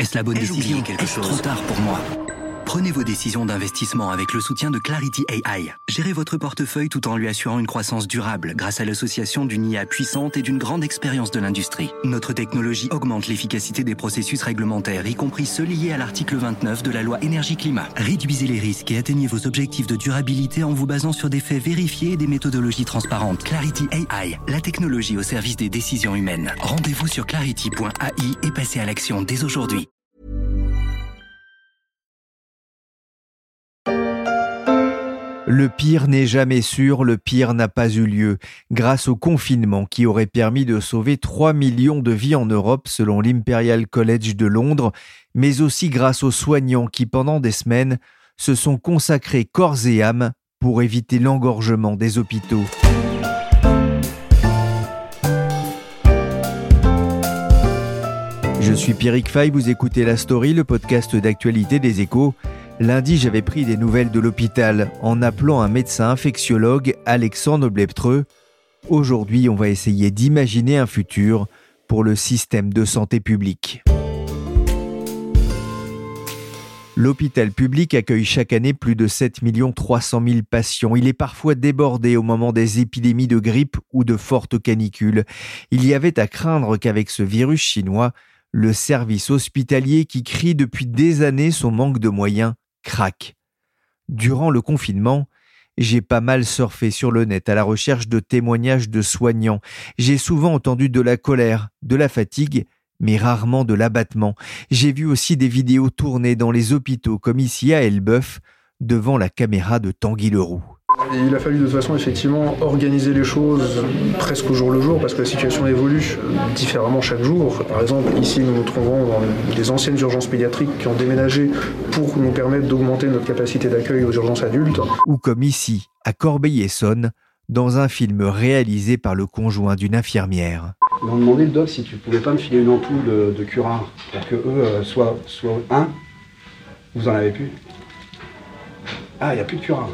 Est-ce la bonne décision? Est-ce trop tard pour moi? Prenez vos décisions d'investissement avec le soutien de Clarity AI. Gérez votre portefeuille tout en lui assurant une croissance durable grâce à l'association d'une IA puissante et d'une grande expérience de l'industrie. Notre technologie augmente l'efficacité des processus réglementaires, y compris ceux liés à l'article 29 de la loi Énergie-Climat. Réduisez les risques et atteignez vos objectifs de durabilité en vous basant sur des faits vérifiés et des méthodologies transparentes. Clarity AI, la technologie au service des décisions humaines. Rendez-vous sur clarity.ai et passez à l'action dès aujourd'hui. Le pire n'est jamais sûr, le pire n'a pas eu lieu. Grâce au confinement qui aurait permis de sauver 3 millions de vies en Europe selon l'Imperial College de Londres, mais aussi grâce aux soignants qui pendant des semaines se sont consacrés corps et âme pour éviter l'engorgement des hôpitaux. Je suis Pierrick Fay, vous écoutez La Story, le podcast d'actualité des Échos. Lundi, j'avais pris des nouvelles de l'hôpital en appelant un médecin infectiologue, Alexandre Bleptreux. Aujourd'hui, on va essayer d'imaginer un futur pour le système de santé publique. L'hôpital public accueille chaque année plus de 7 300 000 patients. Il est parfois débordé au moment des épidémies de grippe ou de fortes canicules. Il y avait à craindre qu'avec ce virus chinois, le service hospitalier qui crie depuis des années son manque de moyens craque. Durant le confinement, j'ai pas mal surfé sur le net à la recherche de témoignages de soignants. J'ai souvent entendu de la colère, de la fatigue, mais rarement de l'abattement. J'ai vu aussi des vidéos tournées dans les hôpitaux comme ici à Elbeuf, devant la caméra de Tanguy Leroux. Et il a fallu de toute façon effectivement organiser les choses presque au jour le jour parce que la situation évolue différemment chaque jour. Par exemple, ici nous nous trouvons dans les anciennes urgences pédiatriques qui ont déménagé pour nous permettre d'augmenter notre capacité d'accueil aux urgences adultes. Ou comme ici, à Corbeil-Essonnes, dans un film réalisé par le conjoint d'une infirmière. Ils m'ont demandé le doc si tu pouvais pas me filer une ampoule de curare pour que eux soient un. Vous en avez plus? Ah, il n'y a plus de curare.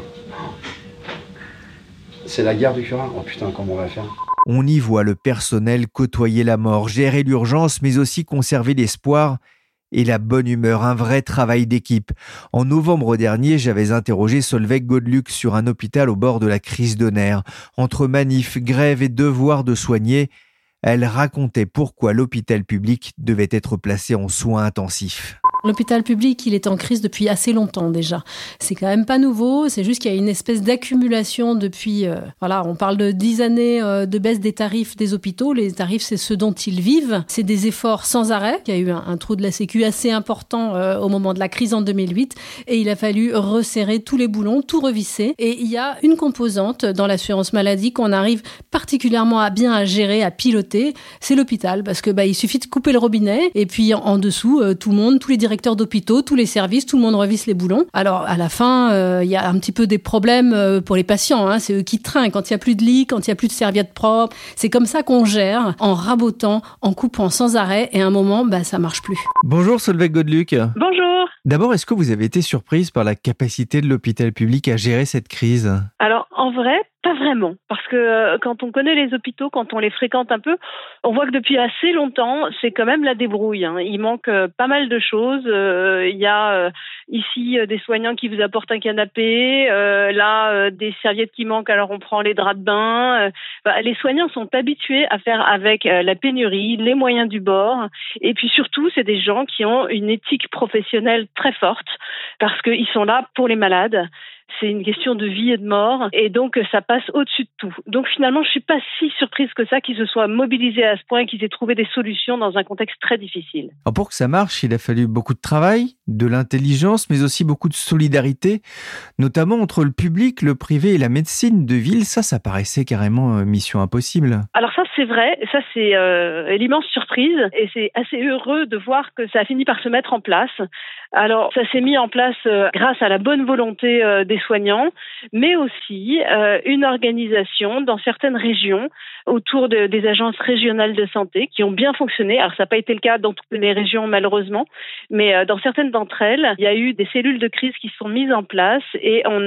C'est la guerre du curare. Oh putain, comment on va faire? On y voit le personnel côtoyer la mort, gérer l'urgence, mais aussi conserver l'espoir et la bonne humeur, un vrai travail d'équipe. En novembre dernier, j'avais interrogé Solveig Godluc sur un hôpital au bord de la crise de nerfs. Entre manifs, grèves et devoir de soigner, elle racontait pourquoi l'hôpital public devait être placé en soins intensifs. L'hôpital public, il est en crise depuis assez longtemps déjà. C'est quand même pas nouveau, c'est juste qu'il y a une espèce d'accumulation depuis, on parle de 10 années de baisse des tarifs des hôpitaux. Les tarifs, c'est ce dont ils vivent. C'est des efforts sans arrêt. Il y a eu un trou de la Sécu assez important au moment de la crise en 2008 et il a fallu resserrer tous les boulons, tout revisser. Et il y a une composante dans l'assurance maladie qu'on arrive particulièrement à gérer, à piloter, c'est l'hôpital. Parce que il suffit de couper le robinet et puis en dessous, tout le monde, tous les directeurs d'hôpitaux, tous les services, tout le monde revisse les boulons. Alors, à la fin, il y a un petit peu des problèmes pour les patients. C'est eux qui trinquent. Quand il n'y a plus de lit, quand il n'y a plus de serviettes propres. C'est comme ça qu'on gère, en rabotant, en coupant sans arrêt. Et à un moment, ça marche plus. Bonjour Solveig Godluc. Bonjour. D'abord, est-ce que vous avez été surprise par la capacité de l'hôpital public à gérer cette crise? Alors, en vrai, pas vraiment. Parce que quand on connaît les hôpitaux, quand on les fréquente un peu, on voit que depuis assez longtemps, c'est quand même la débrouille. Il manque pas mal de choses. Il y a ici des soignants qui vous apportent un canapé, là des serviettes qui manquent, alors on prend les draps de bain. Les soignants sont habitués à faire avec la pénurie, les moyens du bord. Et puis surtout, c'est des gens qui ont une éthique professionnelle très forte parce qu'ils sont là pour les malades. C'est une question de vie et de mort, et donc ça passe au-dessus de tout. Donc finalement, je suis pas si surprise que ça qu'ils se soient mobilisés à ce point et qu'ils aient trouvé des solutions dans un contexte très difficile. Alors pour que ça marche, il a fallu beaucoup de travail, de l'intelligence, mais aussi beaucoup de solidarité, notamment entre le public, le privé et la médecine de ville. Ça paraissait carrément mission impossible. Alors ça, c'est vrai. Ça, c'est l'immense surprise, et c'est assez heureux de voir que ça a fini par se mettre en place. Alors, ça s'est mis en place grâce à la bonne volonté des soignants, mais aussi une organisation dans certaines régions autour des agences régionales de santé qui ont bien fonctionné. Alors ça n'a pas été le cas dans toutes les régions malheureusement, mais dans certaines d'entre elles, il y a eu des cellules de crise qui sont mises en place et on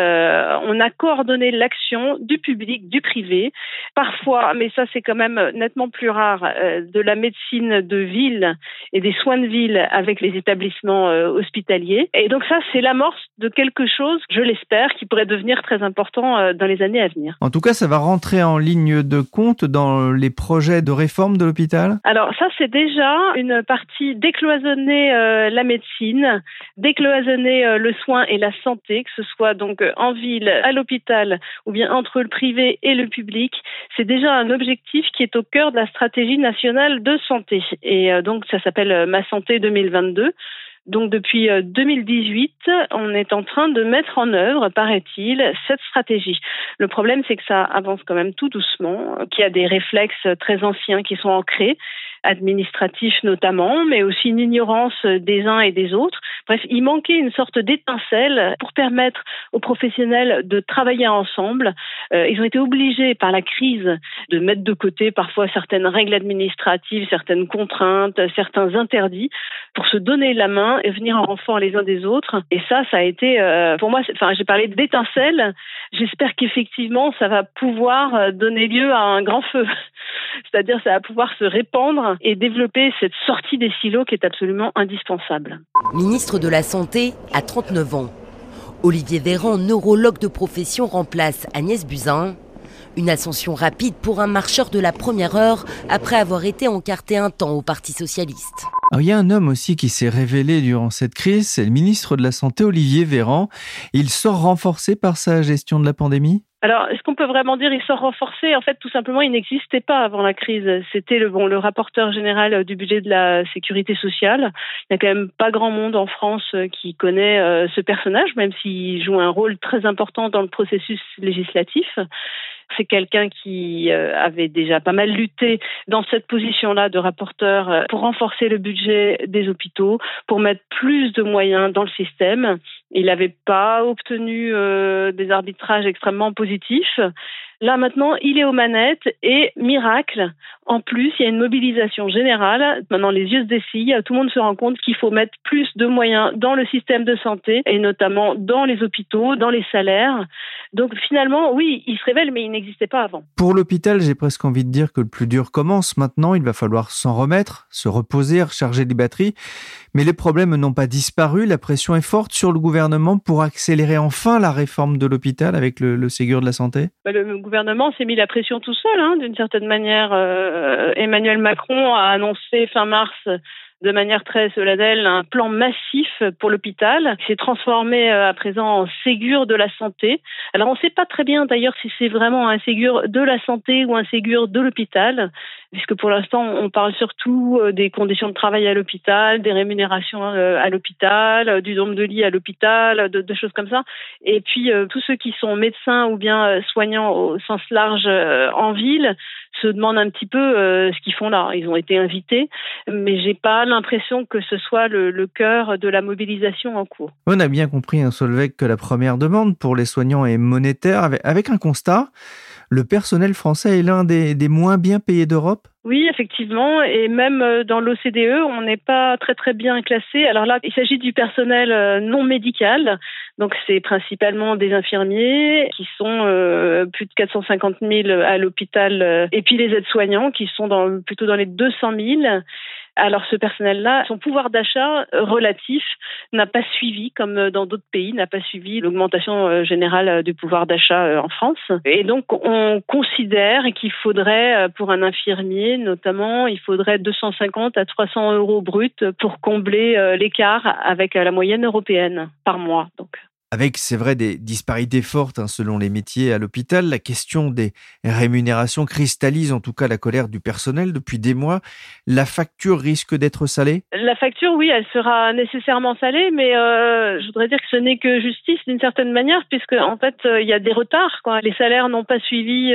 a coordonné l'action du public, du privé, parfois, mais ça c'est quand même nettement plus rare, de la médecine de ville et des soins de ville avec les établissements hospitaliers. Et donc ça, c'est l'amorce de quelque chose, je l'espère, qui pourrait devenir très important dans les années à venir. En tout cas, ça va rentrer en ligne de compte dans les projets de réforme de l'hôpital ? Alors ça, c'est déjà une partie décloisonner la médecine, décloisonner le soin et la santé, que ce soit donc en ville, à l'hôpital ou bien entre le privé et le public. C'est déjà un objectif qui est au cœur de la stratégie nationale de santé. Et donc ça s'appelle Ma Santé 2022. Donc depuis 2018, on est en train de mettre en œuvre, paraît-il, cette stratégie. Le problème, c'est que ça avance quand même tout doucement, qu'il y a des réflexes très anciens qui sont ancrés, administratifs notamment, mais aussi une ignorance des uns et des autres. Bref, il manquait une sorte d'étincelle pour permettre aux professionnels de travailler ensemble. Ils ont été obligés par la crise de mettre de côté parfois certaines règles administratives, certaines contraintes, certains interdits pour se donner la main et venir en renfort les uns des autres. Et ça a été, pour moi, j'ai parlé d'étincelle. J'espère qu'effectivement, ça va pouvoir donner lieu à un grand feu. C'est-à-dire, ça va pouvoir se répandre et développer cette sortie des silos qui est absolument indispensable. Ministre de la Santé à 39 ans. Olivier Véran, neurologue de profession, remplace Agnès Buzyn. Une ascension rapide pour un marcheur de la première heure après avoir été encarté un temps au Parti socialiste. Alors, il y a un homme aussi qui s'est révélé durant cette crise, c'est le ministre de la Santé, Olivier Véran. Il sort renforcé par sa gestion de la pandémie ? Alors, est-ce qu'on peut vraiment dire il sort renforcé ? En fait, tout simplement, il n'existait pas avant la crise. C'était le rapporteur général du budget de la sécurité sociale. Il n'y a quand même pas grand monde en France qui connaît ce personnage, même s'il joue un rôle très important dans le processus législatif. C'est quelqu'un qui avait déjà pas mal lutté dans cette position-là de rapporteur pour renforcer le budget des hôpitaux, pour mettre plus de moyens dans le système. Il n'avait pas obtenu des arbitrages extrêmement positifs. Là, maintenant, il est aux manettes et, miracle, en plus, il y a une mobilisation générale. Maintenant, les yeux se dessillent. Tout le monde se rend compte qu'il faut mettre plus de moyens dans le système de santé et notamment dans les hôpitaux, dans les salaires. Donc, finalement, oui, il se révèle, mais il n'existait pas avant. Pour l'hôpital, j'ai presque envie de dire que le plus dur commence maintenant. Il va falloir s'en remettre, se reposer, recharger les batteries. Mais les problèmes n'ont pas disparu. La pression est forte sur le gouvernement pour accélérer enfin la réforme de l'hôpital avec le Ségur de la santé. Le gouvernement s'est mis la pression tout seul, d'une certaine manière. Emmanuel Macron a annoncé fin mars de manière très solennelle un plan massif pour l'hôpital qui s'est transformé à présent en Ségur de la santé. Alors on ne sait pas très bien d'ailleurs si c'est vraiment un Ségur de la santé ou un Ségur de l'hôpital, puisque pour l'instant on parle surtout des conditions de travail à l'hôpital, des rémunérations à l'hôpital, du nombre de lits à l'hôpital, de choses comme ça. Et puis tous ceux qui sont médecins ou bien soignants au sens large en ville se demandent un petit peu ce qu'ils font là. Ils ont été invités, mais j'ai pas l'impression que ce soit le cœur de la mobilisation en cours. On a bien compris, Solveig, que la première demande pour les soignants est monétaire, avec un constat. Le personnel français est l'un des moins bien payés d'Europe ? Oui, effectivement, et même dans l'OCDE, on n'est pas très très bien classé. Alors là, il s'agit du personnel non médical, donc c'est principalement des infirmiers qui sont plus de 450 000 à l'hôpital, et puis les aides-soignants qui sont plutôt dans les 200 000. Alors ce personnel-là, son pouvoir d'achat relatif n'a pas suivi, comme dans d'autres pays, n'a pas suivi l'augmentation générale du pouvoir d'achat en France. Et donc on considère qu'il faudrait, pour un infirmier notamment, il faudrait 250 à 300 euros bruts pour combler l'écart avec la moyenne européenne par mois. Donc. Avec, c'est vrai, des disparités fortes selon les métiers à l'hôpital, la question des rémunérations cristallise en tout cas la colère du personnel depuis des mois. La facture risque d'être salée ? La facture, oui, elle sera nécessairement salée, mais je voudrais dire que ce n'est que justice d'une certaine manière, puisque en fait, il y a des retards, quoi. Les salaires n'ont pas suivi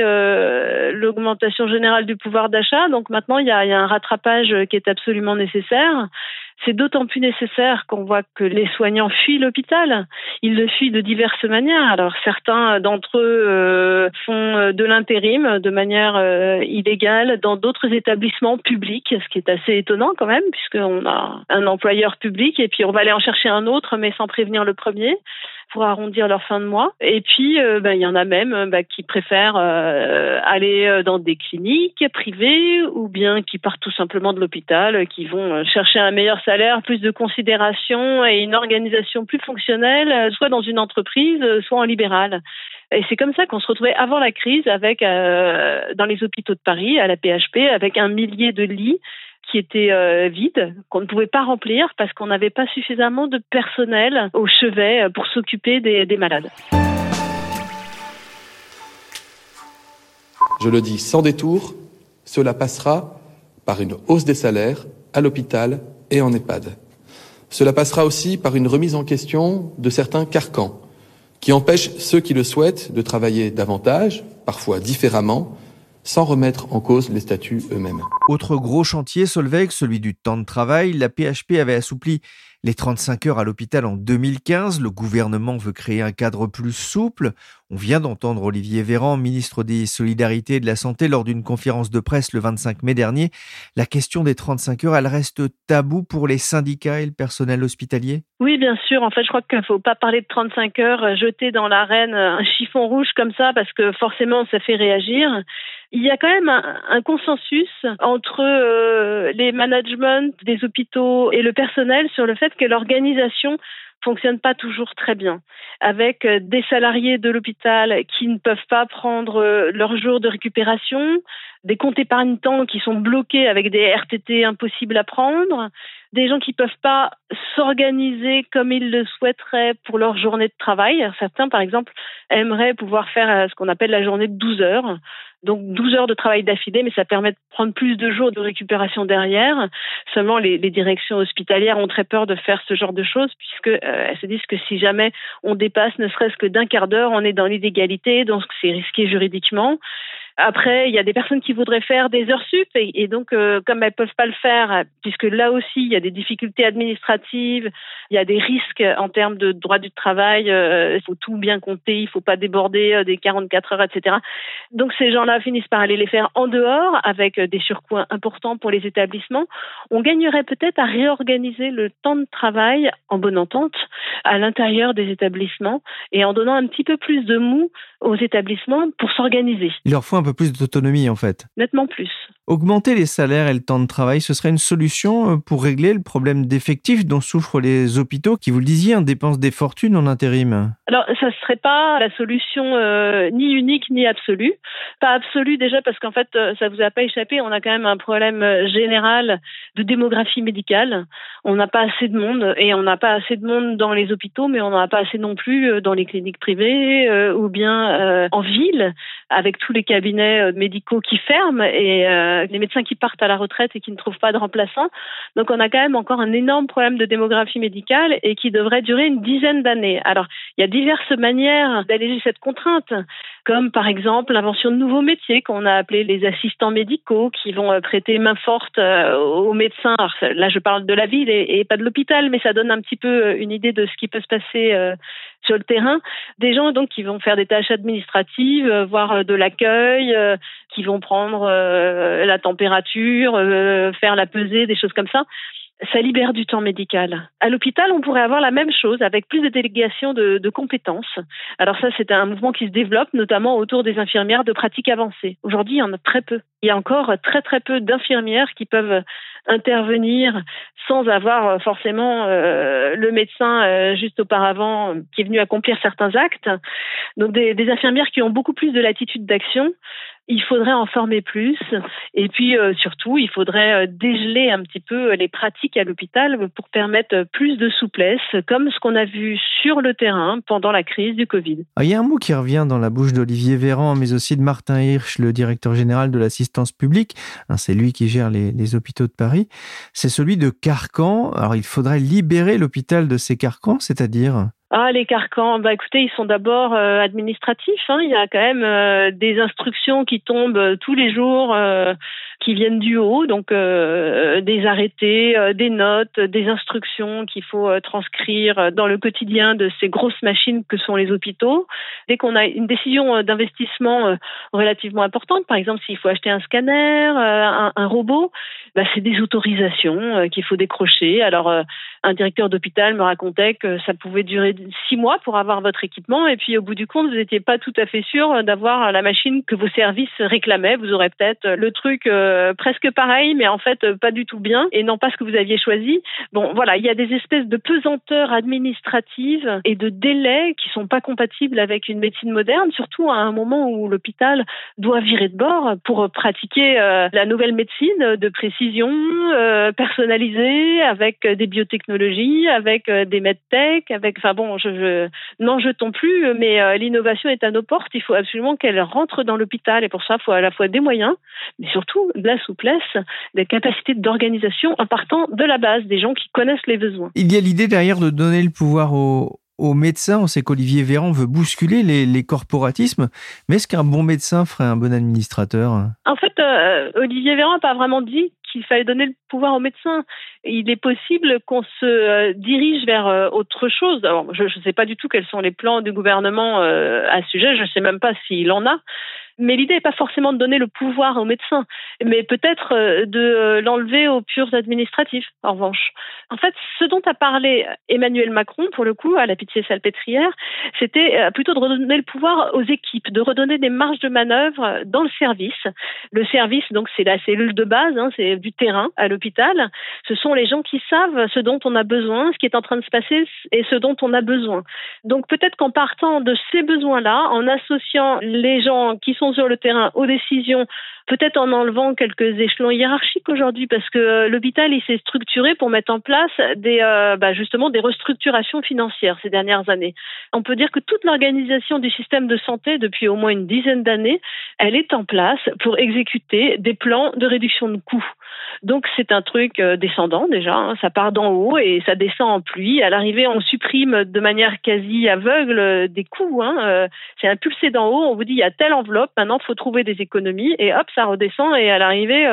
l'augmentation générale du pouvoir d'achat, donc maintenant il y a un rattrapage qui est absolument nécessaire. C'est d'autant plus nécessaire qu'on voit que les soignants fuient l'hôpital. Ils le fuient de diverses manières. Alors certains d'entre eux font de l'intérim de manière illégale dans d'autres établissements publics, ce qui est assez étonnant quand même, puisqu'on a un employeur public et puis on va aller en chercher un autre, mais sans prévenir le premier, pour arrondir leur fin de mois. Et puis, il y en a même qui préfèrent aller dans des cliniques privées ou bien qui partent tout simplement de l'hôpital, qui vont chercher un meilleur salaire, plus de considération et une organisation plus fonctionnelle, soit dans une entreprise, soit en libéral. Et c'est comme ça qu'on se retrouvait avant la crise avec dans les hôpitaux de Paris, à la PHP, avec 1 millier de lits qui étaient vides, qu'on ne pouvait pas remplir parce qu'on n'avait pas suffisamment de personnel au chevet pour s'occuper des malades. Je le dis sans détour, cela passera par une hausse des salaires à l'hôpital et en EHPAD. Cela passera aussi par une remise en question de certains carcans qui empêchent ceux qui le souhaitent de travailler davantage, parfois différemment, sans remettre en cause les statuts eux-mêmes. Autre gros chantier, Solveig, celui du temps de travail. La PHP avait assoupli les 35 heures à l'hôpital en 2015. Le gouvernement veut créer un cadre plus souple. On vient d'entendre Olivier Véran, ministre des Solidarités et de la Santé, lors d'une conférence de presse le 25 mai dernier. La question des 35 heures, elle reste taboue pour les syndicats et le personnel hospitalier ? Oui, bien sûr. En fait, je crois qu'il ne faut pas parler de 35 heures, jeter dans l'arène un chiffon rouge comme ça, parce que forcément, ça fait réagir. Il y a quand même un consensus entre les managements des hôpitaux et le personnel sur le fait que l'organisation fonctionne pas toujours très bien, avec des salariés de l'hôpital qui ne peuvent pas prendre leurs jours de récupération, des comptes épargne-temps qui sont bloqués avec des RTT impossibles à prendre, des gens qui peuvent pas s'organiser comme ils le souhaiteraient pour leur journée de travail. Certains, par exemple, aimeraient pouvoir faire ce qu'on appelle la journée de 12 heures. Donc 12 heures de travail d'affilée, mais ça permet de prendre plus de jours de récupération derrière. Seulement, les directions hospitalières ont très peur de faire ce genre de choses, puisqu'elles se disent que si jamais on dépasse ne serait-ce que d'un quart d'heure, on est dans l'illégalité, donc c'est risqué juridiquement. Après, il y a des personnes qui voudraient faire des heures sup et donc comme elles peuvent pas le faire, puisque là aussi il y a des difficultés administratives, il y a des risques en termes de droit du travail, il faut tout bien compter, il faut pas déborder des 44 heures, etc. Donc ces gens-là finissent par aller les faire en dehors avec des surcoûts importants pour les établissements. On gagnerait peut-être à réorganiser le temps de travail en bonne entente à l'intérieur des établissements et en donnant un petit peu plus de mou aux établissements pour s'organiser. Il leur faut un peu plus d'autonomie en fait. Nettement plus. Augmenter les salaires et le temps de travail, ce serait une solution pour régler le problème d'effectifs dont souffrent les hôpitaux qui, vous le disiez, dépensent des fortunes en intérim. Alors, ça ne serait pas la solution ni unique ni absolue. Pas absolue déjà parce qu'en fait, ça vous a pas échappé, on a quand même un problème général de démographie médicale. On n'a pas assez de monde et on n'a pas assez de monde dans les hôpitaux, mais on n'en a pas assez non plus dans les cliniques privées ou bien en ville, avec tous les cabinets médicaux qui ferment et les médecins qui partent à la retraite et qui ne trouvent pas de remplaçants. Donc on a quand même encore un énorme problème de démographie médicale et qui devrait durer une dizaine d'années. Alors il y a diverses manières d'alléger cette contrainte, comme par exemple l'invention de nouveaux métiers qu'on a appelés les assistants médicaux qui vont prêter main forte aux médecins. Alors là je parle de la ville et pas de l'hôpital, mais ça donne un petit peu une idée de ce qui peut se passer sur le terrain. Des gens donc qui vont faire des tâches administratives, voire de l'accueil, qui vont prendre la température, faire la pesée, des choses comme ça. Ça libère du temps médical. À l'hôpital, on pourrait avoir la même chose avec plus de délégation de compétences. Alors ça, c'est un mouvement qui se développe, notamment autour des infirmières de pratique avancée. Aujourd'hui, il y en a très peu. Il y a encore très très peu d'infirmières qui peuvent intervenir sans avoir forcément le médecin juste auparavant qui est venu accomplir certains actes. Donc des infirmières qui ont beaucoup plus de latitude d'action. Il faudrait en former plus et puis surtout, il faudrait dégeler un petit peu les pratiques à l'hôpital pour permettre plus de souplesse, comme ce qu'on a vu sur le terrain pendant la crise du Covid. Il y a un mot qui revient dans la bouche d'Olivier Véran, mais aussi de Martin Hirsch, le directeur général de l'assistance publique. C'est lui qui gère les hôpitaux de Paris. C'est celui de carcans. Alors, il faudrait libérer l'hôpital de ces carcans, c'est-à-dire... Les carcans, écoutez, ils sont d'abord administratifs. Il y a quand même des instructions qui tombent tous les jours, qui viennent du haut, donc des arrêtés, des notes, des instructions qu'il faut transcrire dans le quotidien de ces grosses machines que sont les hôpitaux. Dès qu'on a une décision d'investissement relativement importante, par exemple s'il faut acheter un scanner, un robot, c'est des autorisations qu'il faut décrocher. Alors un directeur d'hôpital me racontait que ça pouvait durer 6 mois pour avoir votre équipement et puis au bout du compte, vous n'étiez pas tout à fait sûr d'avoir la machine que vos services réclamaient. Vous aurez peut-être le truc presque pareil, mais en fait pas du tout bien et non pas ce que vous aviez choisi. Bon, voilà, il y a des espèces de pesanteurs administratives et de délais qui sont pas compatibles avec une médecine moderne, surtout à un moment où l'hôpital doit virer de bord pour pratiquer la nouvelle médecine de précision, personnalisée, avec des biotechnologies, avec des medtech, avec, n'en jetons plus, mais l'innovation est à nos portes. Il faut absolument qu'elle rentre dans l'hôpital et pour ça, il faut à la fois des moyens, mais surtout de la souplesse, des capacités d'organisation en partant de la base, des gens qui connaissent les besoins. Il y a l'idée derrière de donner le pouvoir aux médecins. On sait qu'Olivier Véran veut bousculer les corporatismes, mais est-ce qu'un bon médecin ferait un bon administrateur ? En fait, Olivier Véran n'a pas vraiment dit qu'il fallait donner le pouvoir aux médecins. Il est possible qu'on se dirige vers autre chose. Alors, je ne sais pas du tout quels sont les plans du gouvernement à ce sujet, je ne sais même pas s'il en a. Mais l'idée n'est pas forcément de donner le pouvoir aux médecins, mais peut-être de l'enlever aux purs administratifs, en revanche. En fait, ce dont a parlé Emmanuel Macron, pour le coup, à la Pitié-Salpêtrière, c'était plutôt de redonner le pouvoir aux équipes, de redonner des marges de manœuvre dans le service. Le service, donc, c'est la cellule de base, c'est du terrain à l'hôpital. Ce sont les gens qui savent ce dont on a besoin, ce qui est en train de se passer et ce dont on a besoin. Donc, peut-être qu'en partant de ces besoins-là, en associant les gens qui sont sur le terrain aux décisions, peut-être en enlevant quelques échelons hiérarchiques aujourd'hui, parce que l'hôpital il s'est structuré pour mettre en place justement des restructurations financières ces dernières années. On peut dire que toute l'organisation du système de santé depuis au moins une dizaine d'années, elle est en place pour exécuter des plans de réduction de coûts. Donc c'est un truc descendant déjà, ça part d'en haut et ça descend en pluie. À l'arrivée, on supprime de manière quasi aveugle des coûts. C'est impulsé d'en haut, on vous dit il y a telle enveloppe, maintenant il faut trouver des économies et hop, ça redescend et à l'arrivée,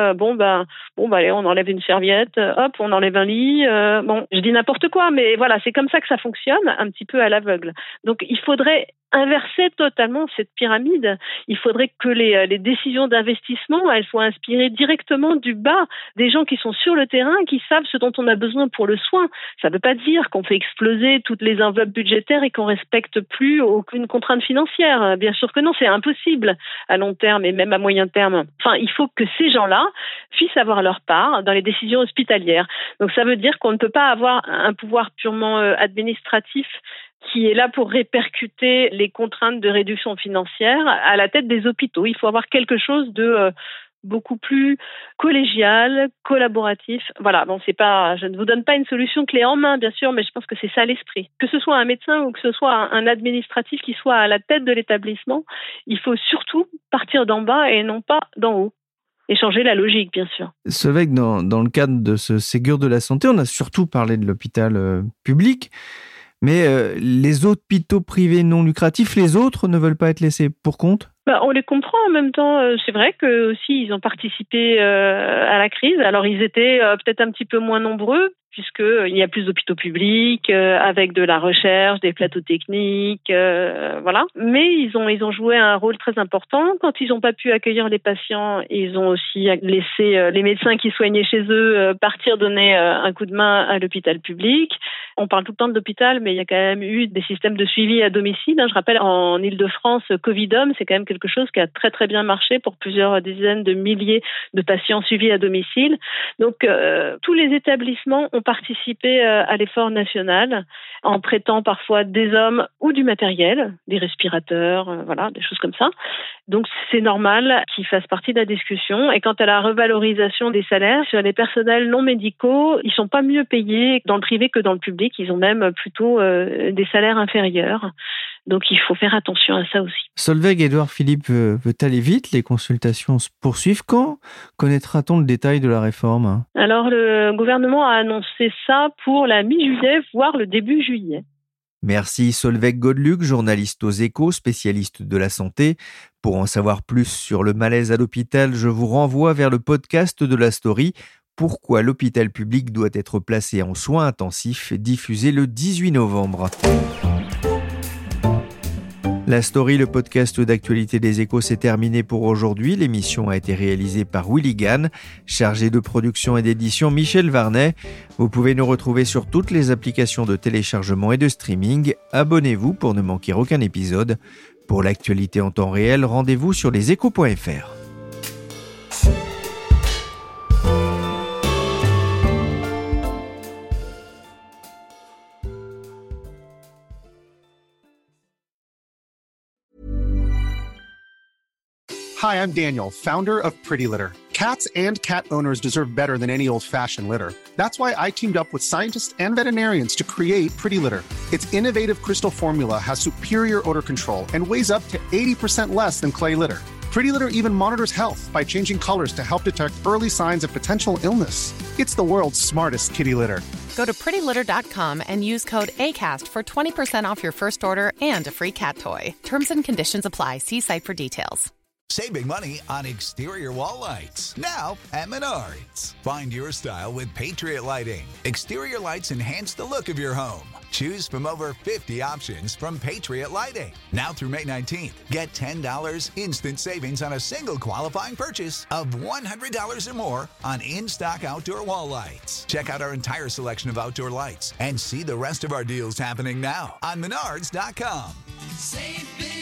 allez, on enlève une serviette, hop, on enlève un lit. Je dis n'importe quoi, mais voilà, c'est comme ça que ça fonctionne, un petit peu à l'aveugle. Donc il faudrait inverser totalement cette pyramide. Il faudrait que les décisions d'investissement, elles soient inspirées directement du bas, des gens qui sont sur le terrain, qui savent ce dont on a besoin pour le soin. Ça ne veut pas dire qu'on fait exploser toutes les enveloppes budgétaires et qu'on respecte plus aucune contrainte financière. Bien sûr que non, c'est impossible à long terme et même à moyen terme. Enfin, il faut que ces gens-là puissent avoir leur part dans les décisions hospitalières. Donc ça veut dire qu'on ne peut pas avoir un pouvoir purement administratif qui est là pour répercuter les contraintes de réduction financière à la tête des hôpitaux. Il faut avoir quelque chose de beaucoup plus collégial, collaboratif. Voilà, je ne vous donne pas une solution clé en main, bien sûr, mais je pense que c'est ça l'esprit. Que ce soit un médecin ou que ce soit un administratif qui soit à la tête de l'établissement, il faut surtout partir d'en bas et non pas d'en haut. Et changer la logique, bien sûr. Solveig, dans le cadre de ce Ségur de la santé, on a surtout parlé de l'hôpital public, mais les hôpitaux privés non lucratifs, les autres ne veulent pas être laissés pour compte ? On les comprend en même temps. C'est vrai que aussi ils ont participé à la crise. Alors ils étaient peut-être un petit peu moins nombreux, puisqu'il y a plus d'hôpitaux publics, avec de la recherche, des plateaux techniques, voilà. Mais ils ont joué un rôle très important. Quand ils n'ont pas pu accueillir les patients, ils ont aussi laissé les médecins qui soignaient chez eux partir donner un coup de main à l'hôpital public. On parle tout le temps de l'hôpital, mais il y a quand même eu des systèmes de suivi à domicile. Je rappelle, en Île-de-France, Covidom, c'est quand même quelque chose qui a très très bien marché pour plusieurs dizaines de milliers de patients suivis à domicile. Donc, tous les établissements ont participé à l'effort national en prêtant parfois des hommes ou du matériel, des respirateurs, des choses comme ça. Donc, c'est normal qu'ils fassent partie de la discussion. Et quant à la revalorisation des salaires, sur les personnels non médicaux, ils sont pas mieux payés dans le privé que dans le public. Ils ont même plutôt des salaires inférieurs. Donc, il faut faire attention à ça aussi. Solveig, Édouard Philippe veut aller vite. Les consultations se poursuivent. Quand connaîtra-t-on le détail de la réforme ? Alors, le gouvernement a annoncé ça pour la mi-juillet, voire le début juillet. Merci Solveig Godluc, journaliste aux Échos, spécialiste de la santé. Pour en savoir plus sur le malaise à l'hôpital, je vous renvoie vers le podcast de la Story « Pourquoi l'hôpital public doit être placé en soins intensifs » diffusé le 18 novembre. La Story, le podcast d'actualité des Échos, c'est terminé pour aujourd'hui. L'émission a été réalisée par Willy Gann, chargé de production et d'édition Michel Varnet. Vous pouvez nous retrouver sur toutes les applications de téléchargement et de streaming. Abonnez-vous pour ne manquer aucun épisode. Pour l'actualité en temps réel, rendez-vous sur leséchos.fr. Hi, I'm Daniel, founder of Pretty Litter. Cats and cat owners deserve better than any old-fashioned litter. That's why I teamed up with scientists and veterinarians to create Pretty Litter. Its innovative crystal formula has superior odor control and weighs up to 80% less than clay litter. Pretty Litter even monitors health by changing colors to help detect early signs of potential illness. It's the world's smartest kitty litter. Go to prettylitter.com and use code ACAST for 20% off your first order and a free cat toy. Terms and conditions apply. See site for details. Saving money on exterior wall lights. Now at Menards. Find your style with Patriot Lighting. Exterior lights enhance the look of your home. Choose from over 50 options from Patriot Lighting. Now through May 19th, get $10 instant savings on a single qualifying purchase of $100 or more on in-stock outdoor wall lights. Check out our entire selection of outdoor lights and see the rest of our deals happening now on Menards.com. Save big.